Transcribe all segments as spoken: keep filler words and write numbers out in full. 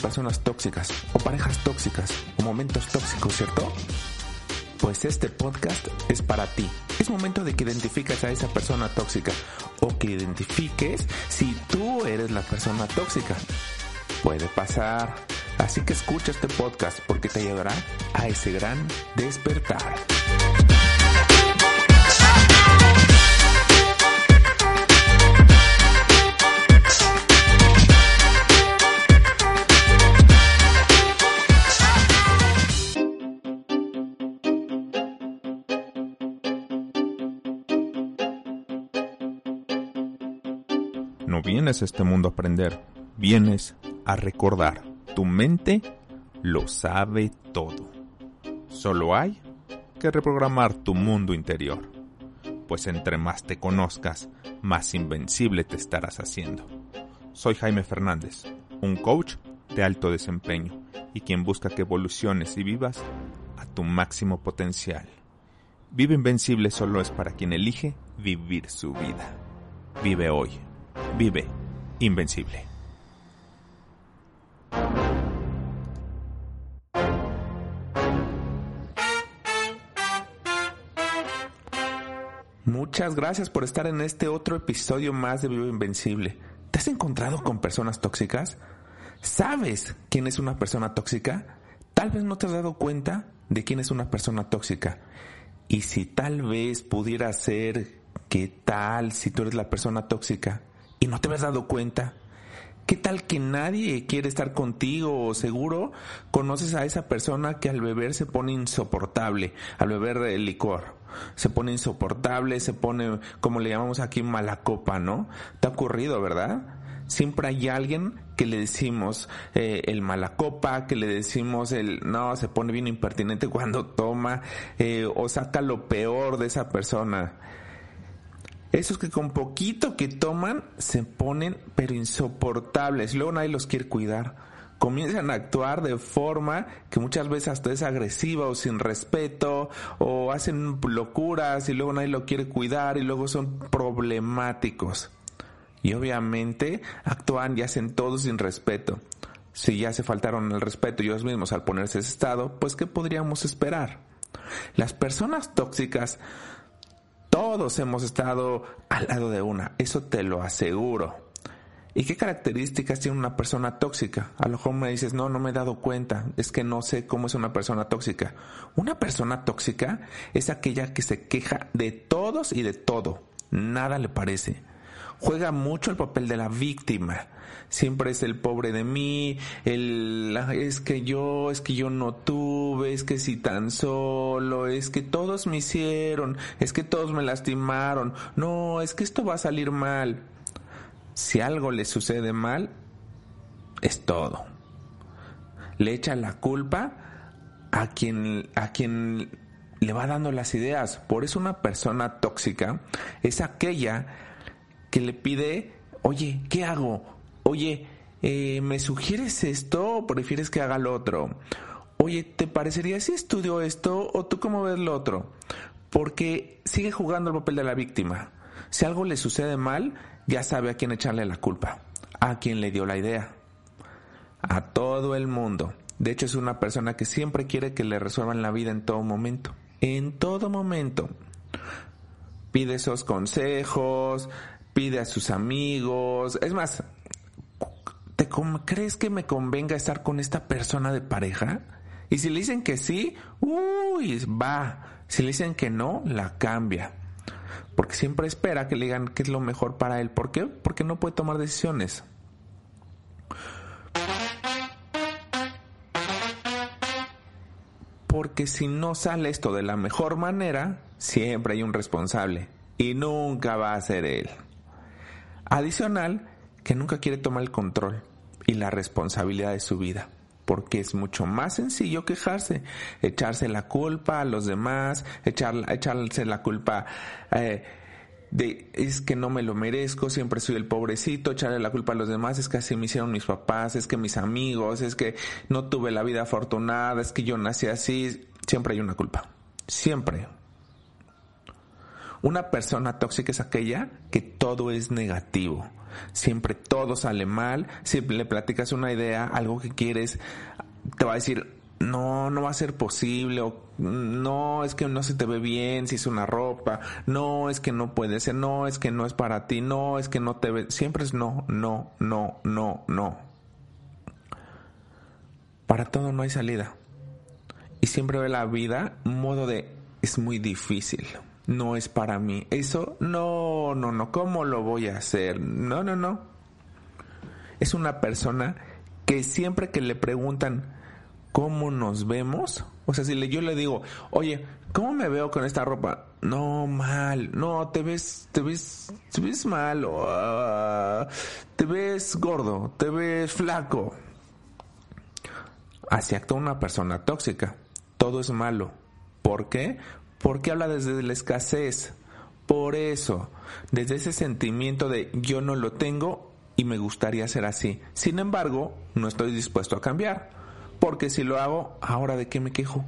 personas tóxicas, o parejas tóxicas, o momentos tóxicos, ¿cierto? Pues este podcast es para ti. Es momento de que identifiques a esa persona tóxica, o que identifiques si tú eres la persona tóxica. Puede pasar. Así que escucha este podcast porque te ayudará a ese gran despertar. No vienes a este mundo a aprender, vienes a recordar. Tu mente lo sabe todo. Solo hay que reprogramar tu mundo interior, pues entre más te conozcas, más invencible te estarás haciendo. Soy Jaime Fernández, un coach de alto desempeño y quien busca que evoluciones y vivas a tu máximo potencial. Vive Invencible solo es para quien elige vivir su vida. Vive hoy. Vive Invencible. Muchas gracias por estar en este otro episodio más de Vive Invencible. ¿Te has encontrado con personas tóxicas? ¿Sabes quién es una persona tóxica? Tal vez no te has dado cuenta de quién es una persona tóxica. Y si tal vez pudiera ser, ¿qué tal si tú eres la persona tóxica y no te habías dado cuenta? ¿Qué tal que nadie quiere estar contigo o seguro conoces a esa persona que al beber se pone insoportable, al beber licor? Se pone insoportable, se pone, como le llamamos aquí, mala copa, ¿no? ¿Te ha ocurrido, verdad? Siempre hay alguien que le decimos eh, el mala copa, que le decimos el no, se pone bien impertinente cuando toma eh, o saca lo peor de esa persona. Esos que con poquito que toman se ponen pero insoportables y luego nadie los quiere cuidar. Comienzan a actuar de forma que muchas veces hasta es agresiva o sin respeto, o hacen locuras y luego nadie lo quiere cuidar y luego son problemáticos. Y obviamente actúan y hacen todo sin respeto. Si ya se faltaron el respeto ellos mismos al ponerse ese estado, pues ¿qué podríamos esperar? Las personas tóxicas, todos hemos estado al lado de una, eso te lo aseguro. ¿Y qué características tiene una persona tóxica? A lo mejor me dices, no, no me he dado cuenta, es que no sé cómo es una persona tóxica. Una persona tóxica es aquella que se queja de todos y de todo, nada le parece. Juega mucho el papel de la víctima. Siempre es el pobre de mí, el es que yo, es que yo no tuve, es que si tan solo, es que todos me hicieron, es que todos me lastimaron, no, es que esto va a salir mal. Si algo le sucede mal, es todo. Le echa la culpa a quien, a quien le va dando las ideas. Por eso una persona tóxica es aquella que le pide, oye, ¿qué hago? Oye, eh, ¿me sugieres esto o prefieres que haga lo otro? Oye, ¿te parecería si estudio esto o tú cómo ves lo otro? Porque sigue jugando el papel de la víctima. Si algo le sucede mal, ya sabe a quién echarle la culpa, a quién le dio la idea, a todo el mundo. De hecho, es una persona que siempre quiere que le resuelvan la vida en todo momento. En todo momento. Pide esos consejos, pide a sus amigos. Es más, ¿te crees que me convenga estar con esta persona de pareja? Y si le dicen que sí, uy, va. Si le dicen que no, la cambia. Porque siempre espera que le digan qué es lo mejor para él. ¿Por qué? Porque no puede tomar decisiones. Porque si no sale esto de la mejor manera, siempre hay un responsable. Y nunca va a ser él. Adicional, que nunca quiere tomar el control y la responsabilidad de su vida. Porque es mucho más sencillo quejarse, echarse la culpa a los demás, echar, echarse la culpa eh, de es que no me lo merezco, siempre soy el pobrecito, echarle la culpa a los demás, es que así me hicieron mis papás, es que mis amigos, es que no tuve la vida afortunada, es que yo nací así. Siempre hay una culpa, siempre. Una persona tóxica es aquella que todo es negativo. Siempre todo sale mal. Si le platicas una idea, algo que quieres, te va a decir, no, no va a ser posible, o no, es que no se te ve bien si es una ropa, no, es que no puede ser, no, es que no es para ti, no, es que no te ve, siempre es no, no, no, no, no. Para todo no hay salida. Y siempre ve la vida un modo de, es muy difícil, no es para mí, eso, no, no, no, ¿cómo lo voy a hacer? No, no, no. Es una persona que siempre que le preguntan ¿cómo nos vemos? O sea, si le, yo le digo, oye, ¿cómo me veo con esta ropa? No, mal, no, te ves, te ves, te ves mal, uh, te ves gordo, te ves flaco. Así actúa una persona tóxica. Todo es malo. ¿Por qué? Porque habla desde la escasez. Por eso, desde ese sentimiento de yo no lo tengo y me gustaría ser así. Sin embargo, no estoy dispuesto a cambiar. Porque si lo hago, ¿ahora de qué me quejo?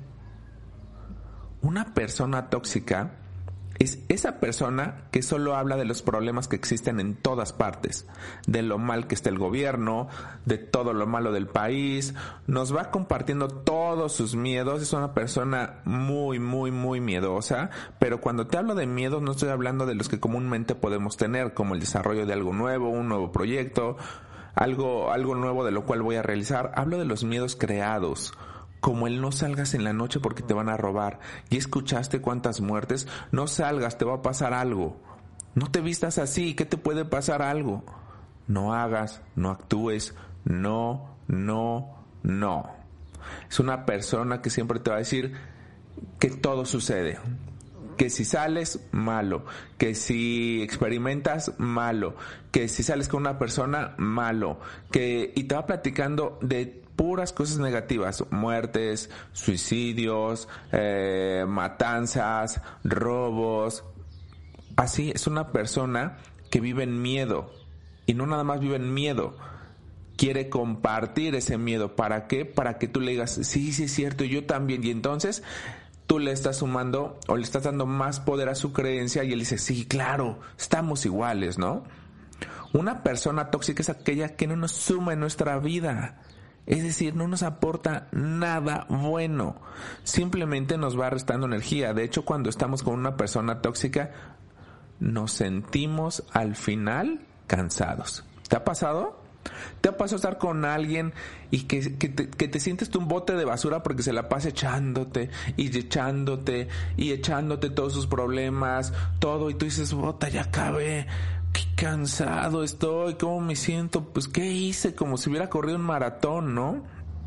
Una persona tóxica es esa persona que solo habla de los problemas que existen en todas partes, de lo mal que está el gobierno, de todo lo malo del país, nos va compartiendo todos sus miedos. Es una persona muy, muy, muy miedosa, pero cuando te hablo de miedos no estoy hablando de los que comúnmente podemos tener, como el desarrollo de algo nuevo, un nuevo proyecto, Algo, algo nuevo de lo cual voy a realizar. Hablo de los miedos creados, como el no salgas en la noche porque te van a robar. ¿Y escuchaste cuántas muertes? No salgas, te va a pasar algo. No te vistas así, ¿qué te puede pasar algo? No hagas, no actúes, no, no, no. Es una persona que siempre te va a decir que todo sucede. Que si sales, malo. Que si experimentas, malo. Que si sales con una persona, malo. Que y te va platicando de puras cosas negativas. Muertes, suicidios, eh, matanzas, robos. Así es una persona que vive en miedo. Y no nada más vive en miedo. Quiere compartir ese miedo. ¿Para qué? Para que tú le digas, sí, sí es cierto, yo también. Y entonces tú le estás sumando o le estás dando más poder a su creencia y él dice, sí, claro, estamos iguales, ¿no? Una persona tóxica es aquella que no nos suma en nuestra vida. Es decir, no nos aporta nada bueno. Simplemente nos va restando energía. De hecho, cuando estamos con una persona tóxica, nos sentimos al final cansados. ¿Te ha pasado? ¿Te ha pasado estar con alguien y que, que, te, que te sientes tú un bote de basura porque se la pasa echándote y echándote y echándote todos sus problemas, todo, y tú dices, bota, ya acabé, qué cansado estoy, cómo me siento, pues qué hice, como si hubiera corrido un maratón, ¿no?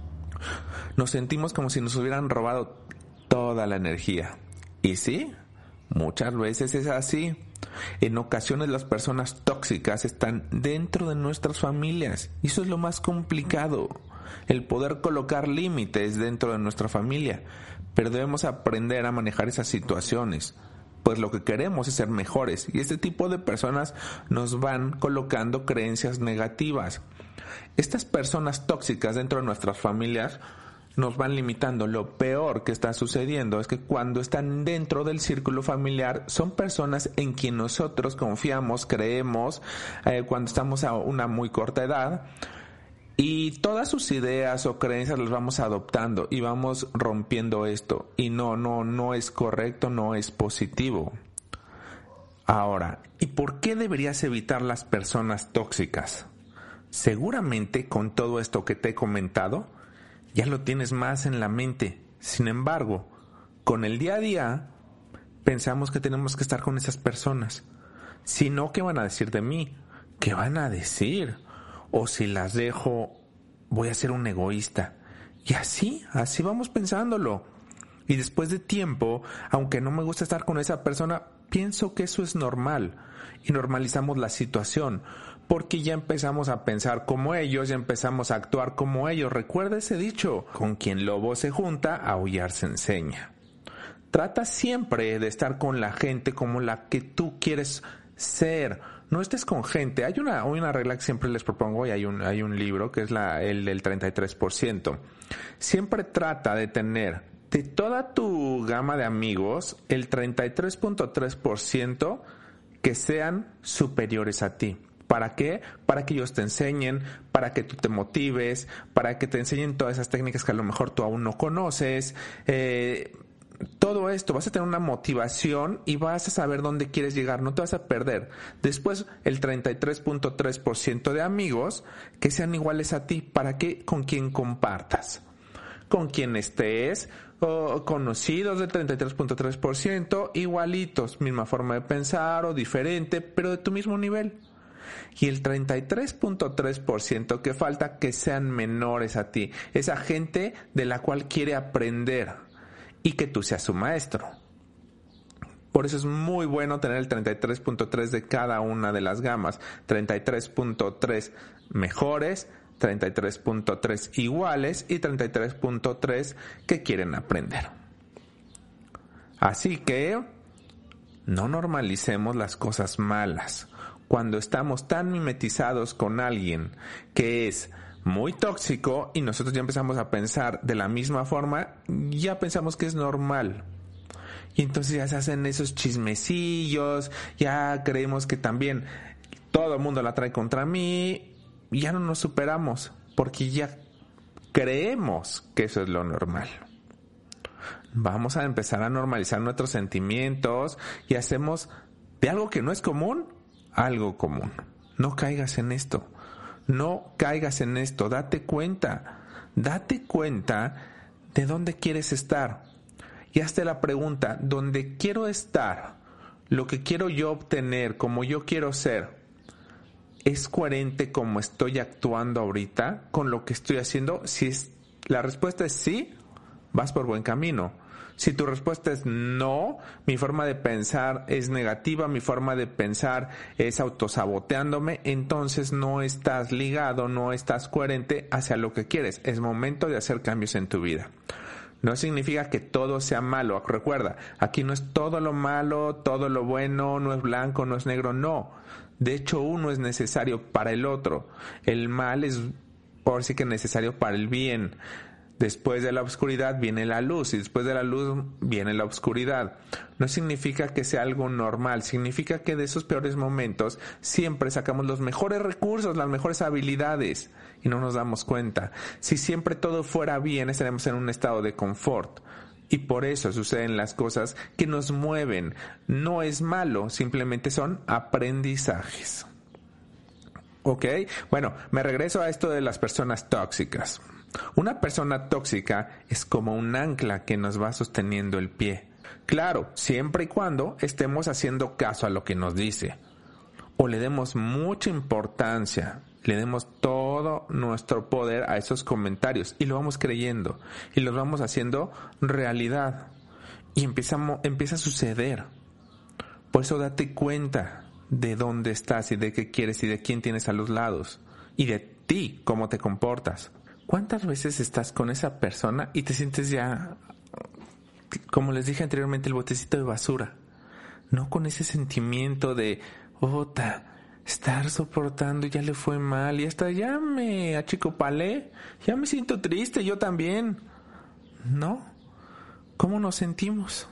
Nos sentimos como si nos hubieran robado toda la energía. Y sí, muchas veces es así. En ocasiones las personas tóxicas están dentro de nuestras familias y eso es lo más complicado, el poder colocar límites dentro de nuestra familia, pero debemos aprender a manejar esas situaciones, pues lo que queremos es ser mejores y este tipo de personas nos van colocando creencias negativas. Estas personas tóxicas dentro de nuestras familias nos van limitando. Lo peor que está sucediendo es que cuando están dentro del círculo familiar son personas en quien nosotros confiamos, creemos, eh, cuando estamos a una muy corta edad, y todas sus ideas o creencias las vamos adoptando y vamos rompiendo esto, y no, no, no es correcto, no es positivo. Ahora, ¿y por qué deberías evitar las personas tóxicas? Seguramente con todo esto que te he comentado, ya lo tienes más en la mente. Sin embargo, con el día a día, pensamos que tenemos que estar con esas personas. Si no, ¿qué van a decir de mí? ¿Qué van a decir? O si las dejo, voy a ser un egoísta. Y así, así vamos pensándolo. Y después de tiempo, aunque no me gusta estar con esa persona, pienso que eso es normal. Y normalizamos la situación. Porque ya empezamos a pensar como ellos, ya empezamos a actuar como ellos. Recuerda ese dicho, con quien lobo se junta, aullar se enseña. Trata siempre de estar con la gente como la que tú quieres ser. No estés con gente. Hay una, hay una regla que siempre les propongo y hay un, hay un libro que es la, el del treinta y tres por ciento. Siempre trata de tener de toda tu gama de amigos, el treinta y tres punto tres por ciento que sean superiores a ti. ¿Para qué? Para que ellos te enseñen, para que tú te motives, para que te enseñen todas esas técnicas que a lo mejor tú aún no conoces. Eh, todo esto, vas a tener una motivación y vas a saber dónde quieres llegar, no te vas a perder. Después, el treinta y tres punto tres por ciento de amigos que sean iguales a ti, ¿para qué? Con quien compartas. Con quien estés, o conocidos del treinta y tres punto tres por ciento, igualitos, misma forma de pensar o diferente, pero de tu mismo nivel. Y el treinta y tres punto tres por ciento que falta, que sean menores a ti, esa gente de la cual quiere aprender y que tú seas su maestro. Por eso es muy bueno tener el treinta y tres punto tres de cada una de las gamas. treinta y tres punto tres mejores, treinta y tres punto tres iguales y treinta y tres punto tres que quieren aprender. Así que no normalicemos las cosas malas. Cuando estamos tan mimetizados con alguien que es muy tóxico y nosotros ya empezamos a pensar de la misma forma, ya pensamos que es normal. Y entonces ya se hacen esos chismecillos, ya creemos que también todo el mundo la trae contra mí, y ya no nos superamos, porque ya creemos que eso es lo normal. Vamos a empezar a normalizar nuestros sentimientos y hacemos de algo que no es común, algo común. No caigas en esto. No caigas en esto. Date cuenta. Date cuenta de dónde quieres estar. Y hazte la pregunta, ¿dónde quiero estar? Lo que quiero yo obtener, como yo quiero ser, ¿es coherente como estoy actuando ahorita con lo que estoy haciendo? Si es, la respuesta es sí, vas por buen camino. Si tu respuesta es no, mi forma de pensar es negativa, mi forma de pensar es autosaboteándome, entonces no estás ligado, no estás coherente hacia lo que quieres. Es momento de hacer cambios en tu vida. No significa que todo sea malo. Recuerda, aquí no es todo lo malo, todo lo bueno, no es blanco, no es negro, no. De hecho, uno es necesario para el otro. El mal es, por sí que necesario para el bien. Después de la oscuridad viene la luz y después de la luz viene la oscuridad. No significa que sea algo normal, significa que de esos peores momentos siempre sacamos los mejores recursos, las mejores habilidades y no nos damos cuenta. Si siempre todo fuera bien, estaremos en un estado de confort. Y por eso suceden las cosas que nos mueven. No es malo, simplemente son aprendizajes. ¿Ok? Bueno, me regreso a esto de las personas tóxicas. Una persona tóxica es como un ancla que nos va sosteniendo el pie. Claro, siempre y cuando estemos haciendo caso a lo que nos dice. O le demos mucha importancia, le demos todo nuestro poder a esos comentarios y lo vamos creyendo y los vamos haciendo realidad. Y empieza, empieza a suceder. Por eso date cuenta de dónde estás y de qué quieres y de quién tienes a los lados. Y de ti, cómo te comportas. ¿Cuántas veces estás con esa persona y te sientes ya, como les dije anteriormente, el botecito de basura? No con ese sentimiento de, ota, estar soportando, ya le fue mal y hasta ya me achicopalé, ya me siento triste, yo también. No, ¿cómo nos sentimos?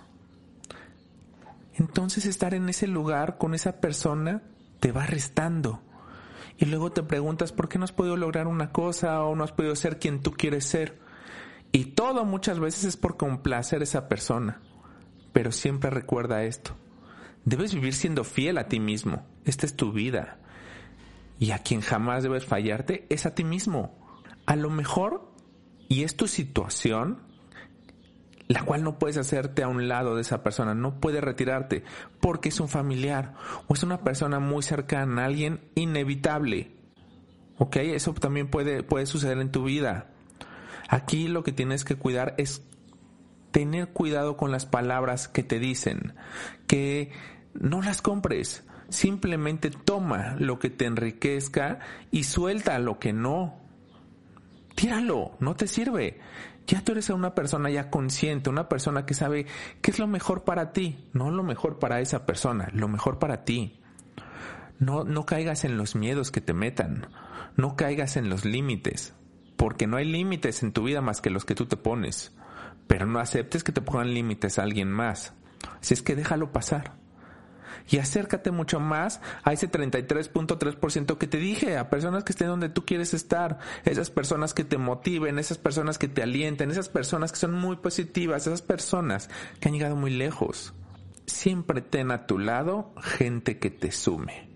Entonces estar en ese lugar con esa persona te va restando. Y luego te preguntas por qué no has podido lograr una cosa o no has podido ser quien tú quieres ser. Y todo muchas veces es por complacer a esa persona. Pero siempre recuerda esto. Debes vivir siendo fiel a ti mismo. Esta es tu vida. Y a quien jamás debes fallarte es a ti mismo. A lo mejor, y es tu situación, la cual no puedes hacerte a un lado de esa persona, no puedes retirarte porque es un familiar o es una persona muy cercana, alguien inevitable. ¿Ok? Eso también puede, puede suceder en tu vida. Aquí lo que tienes que cuidar es tener cuidado con las palabras que te dicen, que no las compres, simplemente toma lo que te enriquezca y suelta lo que no. Tíralo, no te sirve. Ya tú eres una persona ya consciente, una persona que sabe qué es lo mejor para ti, no lo mejor para esa persona, lo mejor para ti. No, no caigas en los miedos que te metan, no caigas en los límites, porque no hay límites en tu vida más que los que tú te pones. pero no aceptes que te pongan límites a alguien más. Así es que déjalo pasar. Y acércate mucho más a ese treinta y tres punto tres por ciento que te dije, a personas que estén donde tú quieres estar, esas personas que te motiven, esas personas que te alienten, esas personas que son muy positivas, esas personas que han llegado muy lejos. Siempre ten a tu lado gente que te sume.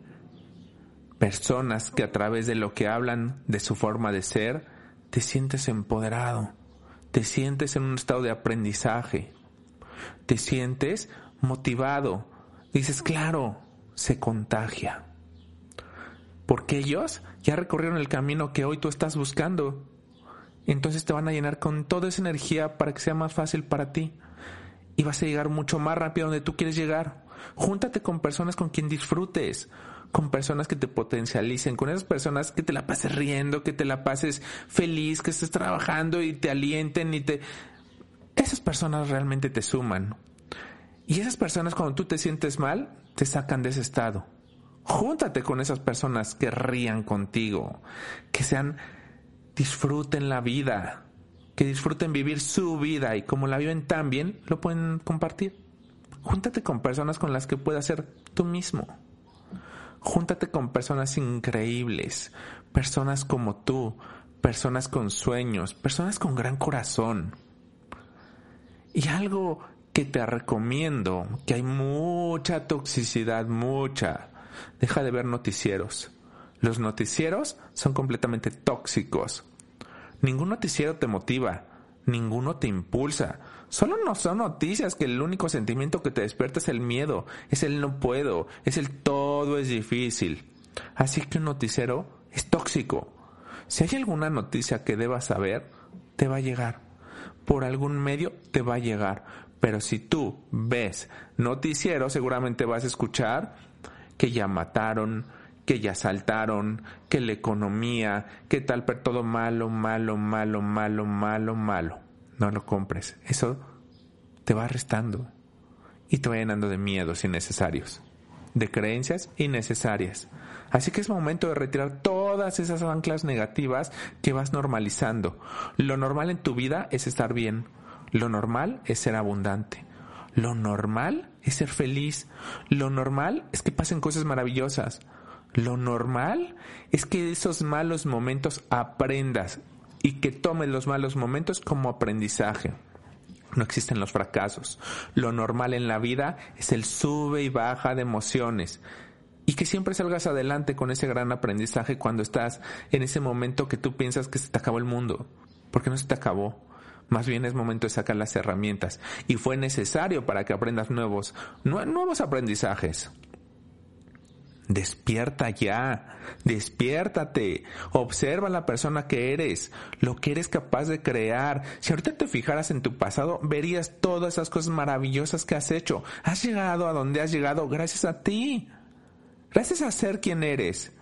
Personas que a través de lo que hablan, de su forma de ser, te sientes empoderado, te sientes en un estado de aprendizaje, te sientes motivado. Dices, claro, se contagia. Porque ellos ya recorrieron el camino que hoy tú estás buscando. Entonces te van a llenar con toda esa energía para que sea más fácil para ti. Y vas a llegar mucho más rápido donde tú quieres llegar. Júntate con personas con quien disfrutes, con personas que te potencialicen, con esas personas que te la pases riendo, que te la pases feliz, que estés trabajando y te alienten y te... Esas personas realmente te suman. Y esas personas, cuando tú te sientes mal, te sacan de ese estado. Júntate con esas personas que rían contigo, que sean, disfruten la vida, que disfruten vivir su vida y como la viven tan bien, lo pueden compartir. Júntate con personas con las que puedas ser tú mismo. Júntate con personas increíbles, personas como tú, personas con sueños, personas con gran corazón. Y algo que te recomiendo, que hay mucha toxicidad, mucha. Deja de ver noticieros. Los noticieros son completamente tóxicos. Ningún noticiero te motiva, ninguno te impulsa. Solo no son noticias que el único sentimiento que te despierta es el miedo, es el no puedo, es el todo es difícil. Así que un noticiero es tóxico. Si hay alguna noticia que debas saber, te va a llegar. Por algún medio te va a llegar. Pero si tú ves noticiero, seguramente vas a escuchar que ya mataron, que ya asaltaron, que la economía, que tal, pero todo malo, malo, malo, malo, malo, malo. No lo compres. Eso te va restando y te va llenando de miedos innecesarios, de creencias innecesarias. Así que es momento de retirar todas esas anclas negativas que vas normalizando. Lo normal en tu vida es estar bien. Lo normal es ser abundante. Lo normal es ser feliz. Lo normal es que pasen cosas maravillosas. Lo normal es que de esos malos momentos aprendas y que tomes los malos momentos como aprendizaje. No existen los fracasos. Lo normal en la vida es el sube y baja de emociones. Y que siempre salgas adelante con ese gran aprendizaje cuando estás en ese momento que tú piensas que se te acabó el mundo. Porque no se te acabó. Más bien es momento de sacar las herramientas. Y fue necesario para que aprendas nuevos, nuevos aprendizajes. Despierta ya. Despiértate. Observa la persona que eres. Lo que eres capaz de crear. Si ahorita te fijaras en tu pasado, verías todas esas cosas maravillosas que has hecho. Has llegado a donde has llegado gracias a ti. Gracias a ser quien eres.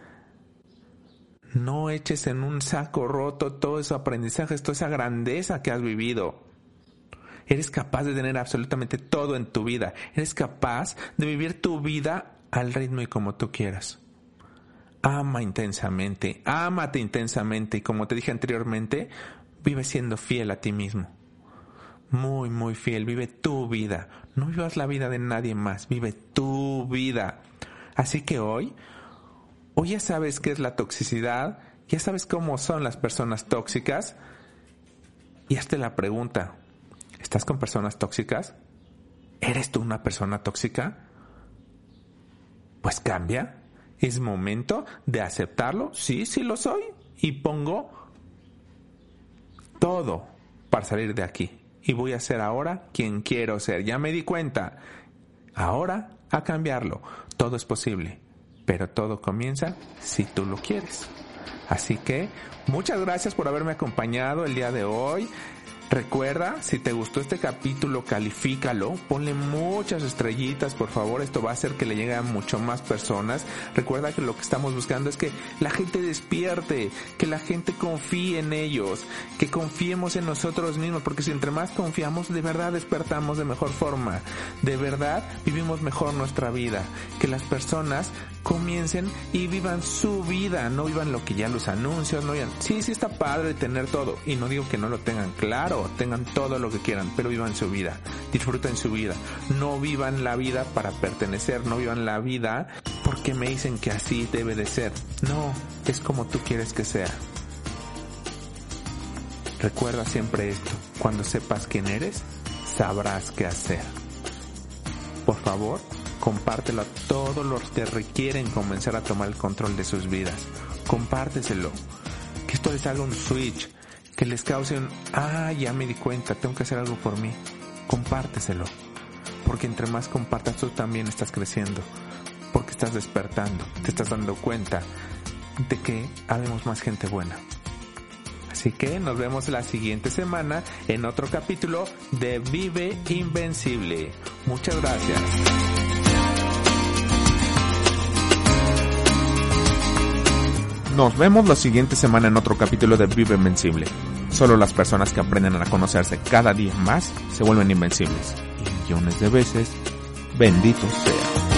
No eches en un saco roto todo ese aprendizaje, toda esa grandeza que has vivido. Eres capaz de tener absolutamente todo en tu vida. Eres capaz de vivir tu vida al ritmo y como tú quieras. Ama intensamente, ámate intensamente y como te dije anteriormente, vive siendo fiel a ti mismo. Muy, muy fiel, vive tu vida. No vivas la vida de nadie más, vive tu vida. Así que hoy... Hoy ya sabes qué es la toxicidad, ya sabes cómo son las personas tóxicas y hazte la pregunta, ¿estás con personas tóxicas? ¿Eres tú una persona tóxica? Pues cambia, es momento de aceptarlo, sí, sí lo soy y pongo todo para salir de aquí y voy a ser ahora quien quiero ser, ya me di cuenta, ahora a cambiarlo, todo es posible. Pero todo comienza si tú lo quieres. Así que muchas gracias por haberme acompañado el día de hoy. Recuerda, si te gustó este capítulo, califícalo, ponle muchas estrellitas, por favor, esto va a hacer que le llegue a mucho más personas. Recuerda que lo que estamos buscando es que la gente despierte, que la gente confíe en ellos, que confiemos en nosotros mismos, porque si entre más confiamos, de verdad despertamos de mejor forma, de verdad vivimos mejor nuestra vida, que las personas comiencen y vivan su vida, no vivan lo que ya los anuncios, no vivan, sí, sí está padre tener todo, y no digo que no lo tengan claro, Claro, tengan todo lo que quieran, pero vivan su vida, disfruten su vida. No vivan la vida para pertenecer, no vivan la vida porque me dicen que así debe de ser. No, es como tú quieres que sea. Recuerda siempre esto, cuando sepas quién eres, sabrás qué hacer. Por favor, compártelo a todos los que requieren comenzar a tomar el control de sus vidas. Compárteselo. Que esto les haga un switch, que les cause un, ah, ya me di cuenta, tengo que hacer algo por mí. Compárteselo. Porque entre más compartas, tú también estás creciendo. Porque estás despertando, te estás dando cuenta de que habemos más gente buena. Así que nos vemos la siguiente semana en otro capítulo de Vive Invencible. Muchas gracias. Nos vemos la siguiente semana en otro capítulo de Vive Invencible. Solo las personas que aprenden a conocerse cada día más se vuelven invencibles. Y millones de veces, benditos sean.